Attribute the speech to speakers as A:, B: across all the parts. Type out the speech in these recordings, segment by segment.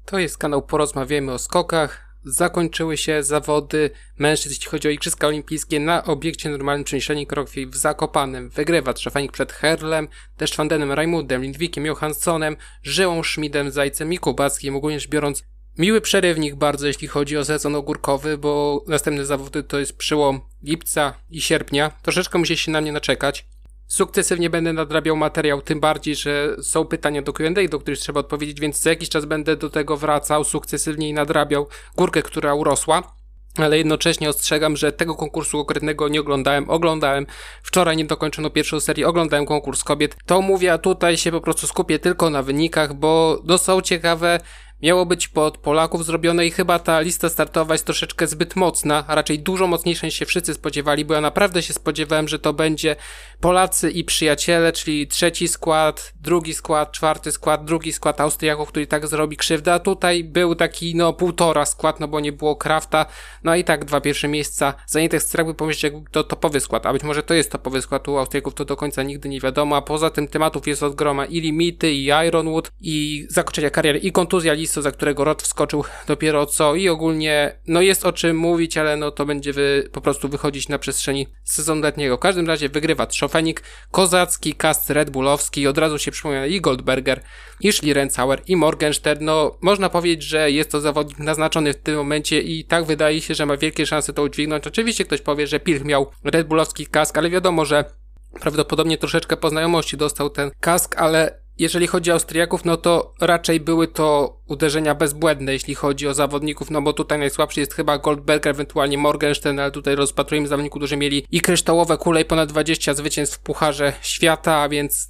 A: To jest kanał Porozmawiajmy o skokach. Zakończyły się zawody mężczyzn, jeśli chodzi o Igrzyska Olimpijskie na obiekcie normalnym, czyli Schelling Rockfield w Zakopanem. Wygrywa Trzefanik przed Herlem, Deschwandenem, Raimundem, Lindvikiem, Johanssonem, Żyłą, Schmidem, Zajcem i Kubackim. Ogólnie rzecz biorąc, miły przerywnik bardzo, jeśli chodzi o sezon ogórkowy, bo następne zawody to jest przełom lipca i sierpnia. Troszeczkę musi się na mnie naczekać. Sukcesywnie będę nadrabiał materiał, tym bardziej, że są pytania do Q&A, do których trzeba odpowiedzieć, więc co jakiś czas będę do tego wracał, sukcesywnie i nadrabiał górkę, która urosła. Ale jednocześnie ostrzegam, że tego konkursu konkretnego nie oglądałem. Oglądałem wczoraj niedokończoną pierwszą serię, oglądałem konkurs kobiet. To mówię, a tutaj się po prostu skupię tylko na wynikach, bo są ciekawe. Miało być pod Polaków zrobione i chyba ta lista startowa jest troszeczkę zbyt mocna, a raczej dużo mocniejsza niż się wszyscy spodziewali, bo ja naprawdę się spodziewałem, że to będzie Polacy i przyjaciele, czyli trzeci skład, drugi skład, czwarty skład, drugi skład Austriaków, który tak zrobi krzywdę, a tutaj był taki półtora skład, bo nie było Krafta, i tak dwa pierwsze miejsca zajęte, jakby pomyśleć, jakby to topowy skład, a być może to jest topowy skład u Austriaków, to do końca nigdy nie wiadomo, a poza tym tematów jest od groma i limity, i Ironwood, i zakończenia kariery, i kontuzja Listo, za którego Rod wskoczył dopiero co i ogólnie jest o czym mówić, ale to będzie po prostu wychodzić na przestrzeni sezonu letniego. W każdym razie wygrywa Trzefanik, Kozacki, Kast, Red Bullowski, od razu się przypomina i Goldberger, i Schlierenzauer, i Morgenstern. Można powiedzieć, że jest to zawodnik naznaczony w tym momencie i tak wydaje się, że ma wielkie szanse to udźwignąć. Oczywiście ktoś powie, że Pilch miał Red Bullowski kask, ale wiadomo, że prawdopodobnie troszeczkę po znajomości dostał ten kask, ale jeżeli chodzi o Austriaków, to raczej były to uderzenia bezbłędne, jeśli chodzi o zawodników, bo tutaj najsłabszy jest chyba Goldberger, ewentualnie Morgenstern, ale tutaj rozpatrujemy zawodników, którzy mieli i kryształowe kule i ponad 20 zwycięstw w Pucharze Świata, a więc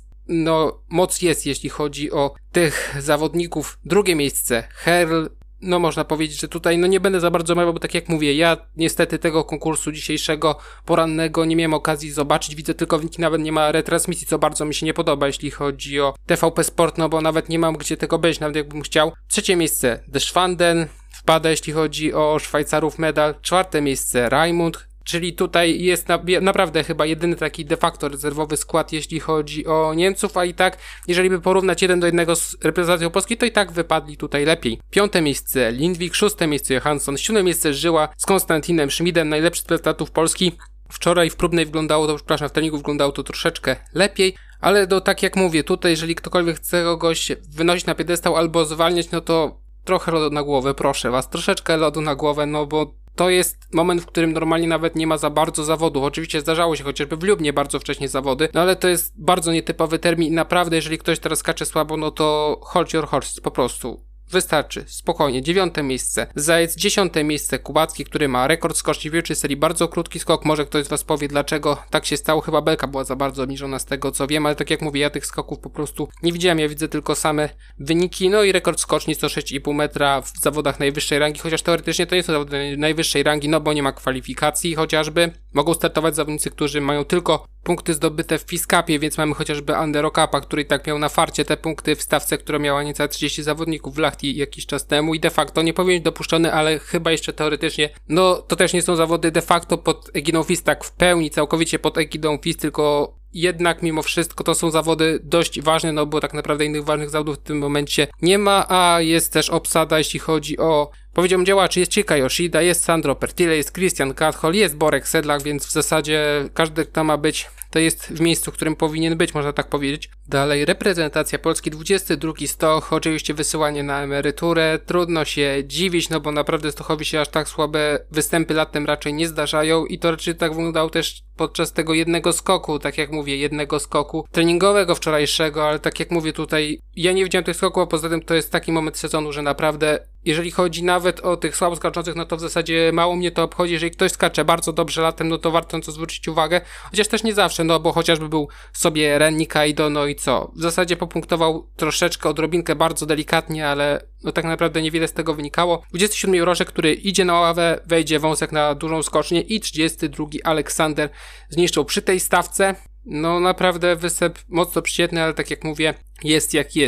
A: moc jest, jeśli chodzi o tych zawodników. Drugie miejsce, Herl. Można powiedzieć, że tutaj nie będę za bardzo mawiał, bo tak jak mówię, ja niestety tego konkursu dzisiejszego porannego nie miałem okazji zobaczyć, widzę tylko wyniki, nawet nie ma retransmisji, co bardzo mi się nie podoba, jeśli chodzi o TVP Sport, bo nawet nie mam gdzie tego obejrzeć, nawet jakbym chciał. Trzecie miejsce, Deschwanden wpada, jeśli chodzi o Szwajcarów medal. Czwarte miejsce, Raimund. Czyli tutaj jest naprawdę chyba jedyny taki de facto rezerwowy skład, jeśli chodzi o Niemców, a i tak, jeżeli by porównać 1:1 z reprezentacją Polski, to i tak wypadli tutaj lepiej. Piąte miejsce Lindvik, szóste miejsce Johansson, siódme miejsce Żyła z Konstantinem Schmidem, najlepszy z reprezentantów Polski. Wczoraj w próbnej w treningu wyglądało to troszeczkę lepiej, ale tak jak mówię, tutaj jeżeli ktokolwiek chce kogoś wynosić na piedestał albo zwalniać, to trochę lodu na głowę, proszę was, troszeczkę lodu na głowę, bo to jest moment, w którym normalnie nawet nie ma za bardzo zawodów. Oczywiście zdarzało się chociażby w Lubnie bardzo wcześnie zawody, ale to jest bardzo nietypowy termin i naprawdę, jeżeli ktoś teraz skacze słabo, to hold your horses, po prostu. Wystarczy, spokojnie. 9. miejsce Zajec, 10. miejsce Kubacki, który ma rekord skoczni w pierwszej serii, bardzo krótki skok, może ktoś z was powie dlaczego tak się stało, chyba belka była za bardzo obniżona z tego co wiem, ale tak jak mówię, ja tych skoków po prostu nie widziałem, ja widzę tylko same wyniki, i rekord skoczni 106,5 metra w zawodach najwyższej rangi, chociaż teoretycznie to nie są zawody najwyższej rangi, bo nie ma kwalifikacji chociażby, mogą startować zawodnicy, którzy mają tylko punkty zdobyte w Fiskapie, więc mamy chociażby Underokapa, który tak miał na farcie te punkty w stawce, która miała niecałe 30 zawodników w Lahti jakiś czas temu i de facto nie powinien być dopuszczony, ale chyba jeszcze teoretycznie, to też nie są zawody de facto pod egidą FIS, tak w pełni, całkowicie pod egidą FIS, tylko jednak mimo wszystko to są zawody dość ważne, bo tak naprawdę innych ważnych zawodów w tym momencie nie ma, a jest też obsada, jeśli chodzi o powiedziałbym działaczy, jest Chika Yoshida, jest Sandro Pertile, jest Christian Kathol, jest Borek Sedlak, więc w zasadzie każdy, kto ma być, to jest w miejscu, w którym powinien być, można tak powiedzieć. Dalej, reprezentacja Polski, 22 Stoch, oczywiście wysyłanie na emeryturę, trudno się dziwić, bo naprawdę Stochowi się aż tak słabe występy latem raczej nie zdarzają i to raczej tak wyglądało też podczas tego jednego skoku, tak jak mówię, jednego skoku treningowego wczorajszego, ale tak jak mówię tutaj, ja nie widziałem tych skoków, a poza tym to jest taki moment sezonu, że naprawdę jeżeli chodzi nawet o tych słabo skaczących, to w zasadzie mało mnie to obchodzi. Jeżeli ktoś skacze bardzo dobrze latem, to warto na to zwrócić uwagę. Chociaż też nie zawsze, bo chociażby był sobie Renni Kaido, i co? W zasadzie popunktował troszeczkę, odrobinkę bardzo delikatnie, ale tak naprawdę niewiele z tego wynikało. 27 Juroszek, który idzie na ławę, wejdzie Wąsek na dużą skocznię i 32 Aleksander zniszczył przy tej stawce. Naprawdę występ mocno przyjemny, ale tak jak mówię, jest jak jest.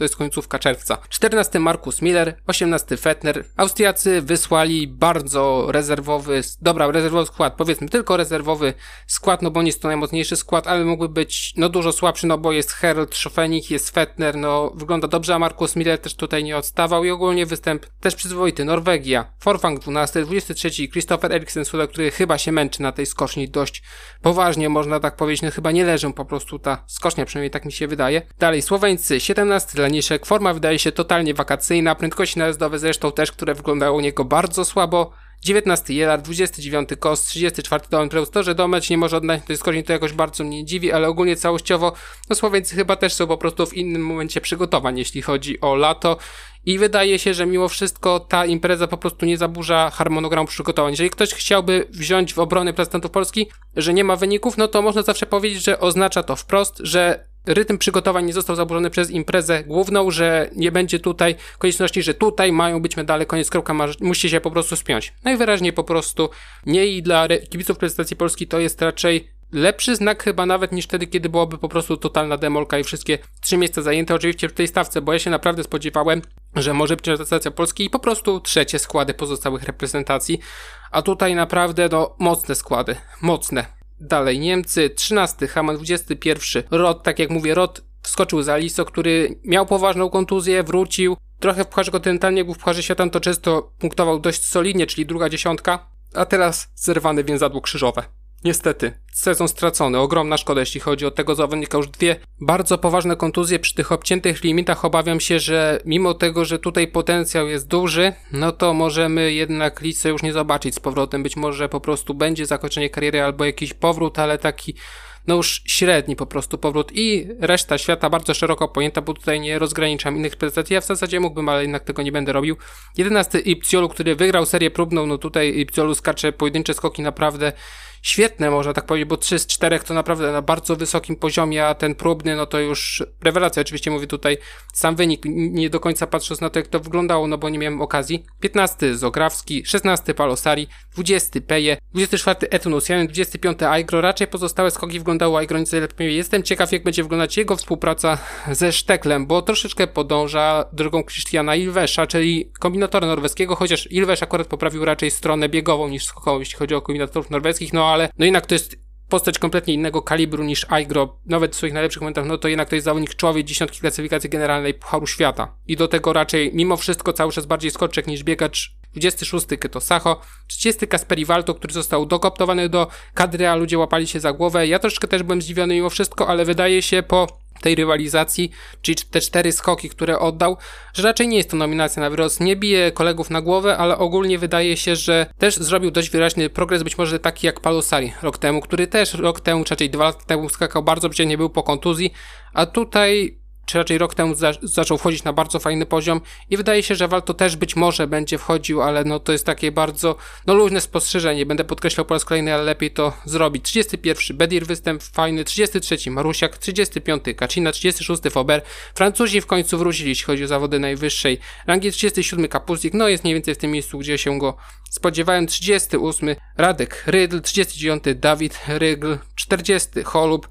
A: to jest końcówka czerwca. 14 Markus Miller, 18 Fettner. Austriacy wysłali bardzo rezerwowy skład, powiedzmy tylko rezerwowy skład, no bo nie jest to najmocniejszy skład, ale mógłby być no dużo słabszy, no bo jest Herl, Trzofenik, jest Fettner, no wygląda dobrze, a Markus Miller też tutaj nie odstawał i ogólnie występ też przyzwoity. Norwegia, Forfang 12, 23 Christopher Eriksen, który chyba się męczy na tej skoczni dość poważnie, można tak powiedzieć, no chyba nie leży po prostu ta skocznia, przynajmniej tak mi się wydaje. Dalej Słoweńcy, 17 Laniszek, forma wydaje się totalnie wakacyjna, prędkości najazdowe zresztą też, które wyglądały u niego bardzo słabo. 19 Jelar, 29 Kos, 34 Domenpreus. To, że Domecz nie może oddać tej skoczni, to jakoś bardzo mnie dziwi, ale ogólnie całościowo no Słoweńcy chyba też są po prostu w innym momencie przygotowań, jeśli chodzi o lato. I wydaje się, że mimo wszystko ta impreza po prostu nie zaburza harmonogramu przygotowań. Jeżeli ktoś chciałby wziąć w obronę reprezentantów Polski, że nie ma wyników, no to można zawsze powiedzieć, że oznacza to wprost, że rytm przygotowań nie został zaburzony przez imprezę główną, że nie będzie tutaj konieczności, że tutaj mają być medale, koniec, kropka, musi się po prostu spiąć. Najwyraźniej po prostu nie, i dla kibiców reprezentacji Polski to jest raczej lepszy znak chyba nawet niż wtedy, kiedy byłoby po prostu totalna demolka i wszystkie 3 miejsca zajęte, oczywiście w tej stawce, bo ja się naprawdę spodziewałem, że może być reprezentacja Polski i po prostu trzecie składy pozostałych reprezentacji, a tutaj naprawdę no mocne składy, mocne. Dalej Niemcy, 13 Hamann, 21 Rot, tak jak mówię, Rot wskoczył za Aliso, który miał poważną kontuzję, wrócił, trochę w pucharze kontynentalnie, był w pucharze świata, to często punktował dość solidnie, czyli druga dziesiątka, a teraz zerwane więzadło krzyżowe. Niestety, sezon stracony, ogromna szkoda jeśli chodzi o tego zawodnika, już 2 bardzo poważne kontuzje przy tych obciętych limitach, obawiam się, że mimo tego, że tutaj potencjał jest duży, no to możemy jednak Lisę już nie zobaczyć z powrotem, być może po prostu będzie zakończenie kariery albo jakiś powrót, ale taki no już średni po prostu powrót i reszta świata bardzo szeroko pojęta, bo tutaj nie rozgraniczam innych reprezentacji, ja w zasadzie mógłbym, ale jednak tego nie będę robił. 11 Ipciolu, który wygrał serię próbną, no tutaj Ipciolu skacze pojedyncze skoki naprawdę świetne, można tak powiedzieć, bo 3 z 4 to naprawdę na bardzo wysokim poziomie, a ten próbny, no to już rewelacja, oczywiście mówię tutaj sam wynik, nie do końca patrząc na to, jak to wyglądało, no bo nie miałem okazji. 15 Zograwski, 16 Palosari, 20 Peje, 24 Etunusian, 25 Aigro, raczej pozostałe skoki wyglądały Aigro nieco lepiej. Jestem ciekaw, jak będzie wyglądać jego współpraca ze Szteklem, bo troszeczkę podąża drogą Christiana Ilvesza, czyli kombinatora norweskiego, chociaż Ilves akurat poprawił raczej stronę biegową niż skokową, jeśli chodzi o kombinatorów norweskich, no ale no jednak to jest postać kompletnie innego kalibru niż Aigro, nawet w swoich najlepszych momentach, no to jednak to jest zawodnik czołowej dziesiątki klasyfikacji generalnej Pucharu Świata. I do tego raczej mimo wszystko cały czas bardziej skoczek niż biegacz. 26 Keto Sacho, 30 Kasperi Walto, który został dokoptowany do kadry, a ludzie łapali się za głowę. Ja troszeczkę też byłem zdziwiony mimo wszystko, ale wydaje się po tej rywalizacji, czyli te 4 skoki, które oddał, że raczej nie jest to nominacja na wyrost, nie bije kolegów na głowę, ale ogólnie wydaje się, że też zrobił dość wyraźny progres, być może taki jak Palosari rok temu, który też rok temu, czy raczej 2 lata temu skakał bardzo przeciętnie, był po kontuzji, a tutaj czy raczej rok temu zaczął wchodzić na bardzo fajny poziom i wydaje się, że Walto też być może będzie wchodził, ale no to jest takie bardzo luźne spostrzeżenie, będę podkreślał po raz kolejny, ale lepiej to zrobić. 31 Bedir występ fajny, 33 Marusiak, 35 Kacina, 36 Fober, Francuzi w końcu wrócili, jeśli chodzi o zawody najwyższej rangi, 37 Kapusik, no jest mniej więcej w tym miejscu, gdzie się go spodziewałem. 38 Radek Rydl, 39 Dawid Rygl, 40 Holub,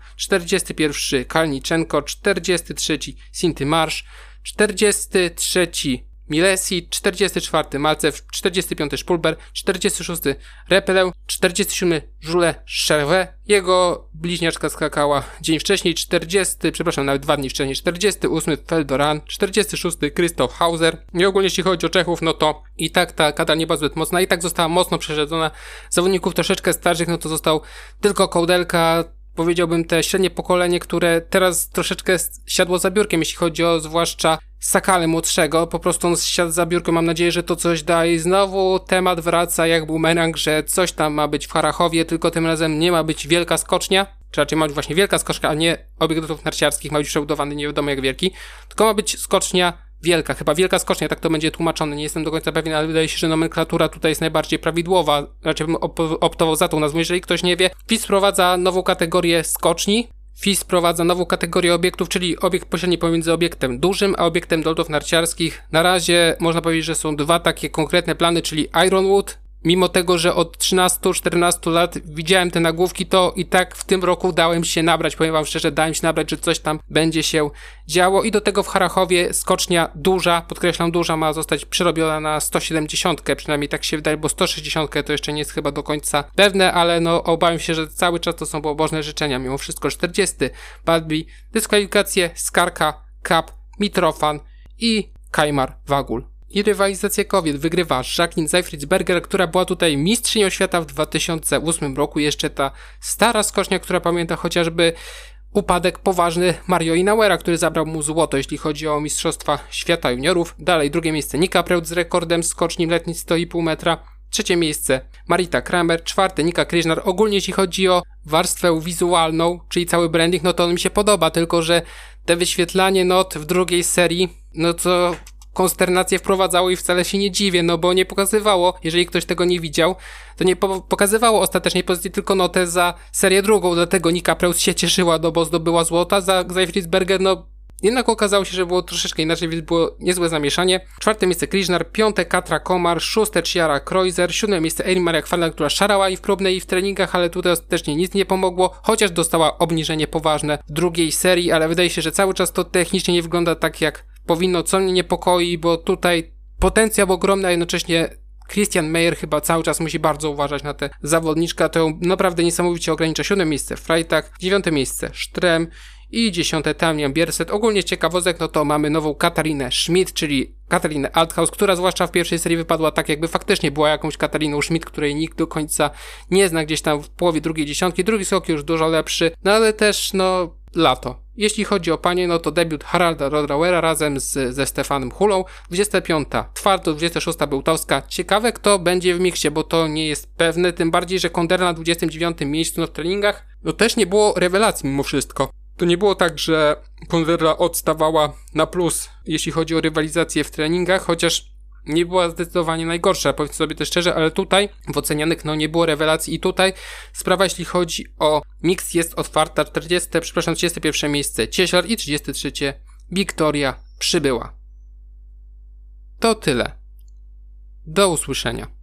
A: 41 Kalniczenko, 43 Sinty Marsz, 43 Milesi, 44 Malcew, 45 Szpulber, 46 Repeleł, 47 Jules Chervet, jego bliźniaczka skakała dzień wcześniej, nawet 2 dni wcześniej, 48 Feldoran, 46 Christoph Hauser. I ogólnie jeśli chodzi o Czechów, no to i tak ta kadra nie była zbyt mocna, i tak została mocno przerzedzona. Zawodników troszeczkę starszych, no to został tylko Kołdelka, powiedziałbym te średnie pokolenie, które teraz troszeczkę siadło za biurkiem, jeśli chodzi o zwłaszcza Sakale młodszego, po prostu on siadł za biurkiem, mam nadzieję, że to coś da i znowu temat wraca jak bumerang, że coś tam ma być w Harachowie, tylko tym razem nie ma być wielka skocznia, czy raczej ma być właśnie wielka skocznia, a nie obiekt lotów narciarskich, ma być przebudowany nie wiadomo jak wielki, tylko ma być skocznia wielka, chyba wielka skocznia, tak to będzie tłumaczone, nie jestem do końca pewien, ale wydaje się, że nomenklatura tutaj jest najbardziej prawidłowa, raczej bym optował za tą nazwą, jeżeli ktoś nie wie. FIS wprowadza nową kategorię skoczni, FIS wprowadza nową kategorię obiektów, czyli obiekt pośredni pomiędzy obiektem dużym a obiektem do lotów narciarskich. Na razie można powiedzieć, że są 2 takie konkretne plany, czyli Ironwood mimo tego, że od 13-14 lat widziałem te nagłówki, to i tak w tym roku dałem się nabrać, powiem wam szczerze, dałem się nabrać, że coś tam będzie się działo i do tego w Harachowie skocznia duża, podkreślam duża, ma zostać przerobiona na 170, przynajmniej tak się wydaje, bo 160 to jeszcze nie jest chyba do końca pewne, ale no obawiam się, że cały czas to są pobożne życzenia, mimo wszystko 40, Badby, dyskwalifikacje, Skarka, Kap, Mitrofan i Kajmar Wagul. I rywalizację kobiet wygrywa Jacqueline Seyfried-Berger, która była tutaj mistrzynią świata w 2008 roku. Jeszcze ta stara skocznia, która pamięta chociażby upadek poważny Mario Inauera, który zabrał mu złoto, jeśli chodzi o mistrzostwa świata juniorów. Dalej drugie miejsce Nika Preut z rekordem skoczni letni 100,5 metra. Trzecie miejsce Marita Kramer, czwarte Nika Kryżnar. Ogólnie jeśli chodzi o warstwę wizualną, czyli cały branding, no to on mi się podoba, tylko że te wyświetlanie not w drugiej serii, no to konsternację wprowadzało i wcale się nie dziwię, no bo nie pokazywało, jeżeli ktoś tego nie widział, to nie pokazywało ostatecznej pozycji, tylko notę za serię drugą, dlatego Nika Preut się cieszyła, no bo zdobyła złota, za Seyfried-Berger, no jednak okazało się, że było troszeczkę inaczej, więc było niezłe zamieszanie. Czwarte miejsce Kryżnar, piąte Katra Komar, szóste Chiara Kreuzer, siódme miejsce Erin Maria Kwartner, która szarała i w próbnej i w treningach, ale tutaj ostatecznie nic nie pomogło, chociaż dostała obniżenie poważne w drugiej serii, ale wydaje się, że cały czas to technicznie nie wygląda tak jak powinno, co mnie niepokoi, bo tutaj potencjał ogromny, a jednocześnie Christian Meyer chyba cały czas musi bardzo uważać na tę zawodniczkę, to ją naprawdę niesamowicie ogranicza. Siódme miejsce Freitag, dziewiąte miejsce Strem i 10. Tamian Bierset. Ogólnie ciekawostek, no to mamy nową Katarinę Schmidt, czyli Katarinę Althaus, która zwłaszcza w pierwszej serii wypadła tak, jakby faktycznie była jakąś Katariną Schmidt, której nikt do końca nie zna, gdzieś tam w połowie drugiej dziesiątki. Drugi skok już dużo lepszy, no ale też no lato. Jeśli chodzi o panie, no to debiut Haralda Rodrauera razem ze Stefanem Hulą. 25. Twardo, 26. Bełtowska. Ciekawe kto będzie w miksie, bo to nie jest pewne, tym bardziej, że Kondera na 29. miejscu w treningach, no też nie było rewelacji mimo wszystko. To nie było tak, że Kondera odstawała na plus, jeśli chodzi o rywalizację w treningach, chociaż nie była zdecydowanie najgorsza, powiedzmy sobie też szczerze, ale tutaj w ocenianych no nie było rewelacji i tutaj sprawa jeśli chodzi o mix jest otwarta. 31 miejsce Cieślar i 33 Wiktoria Przybyła. To tyle. Do usłyszenia.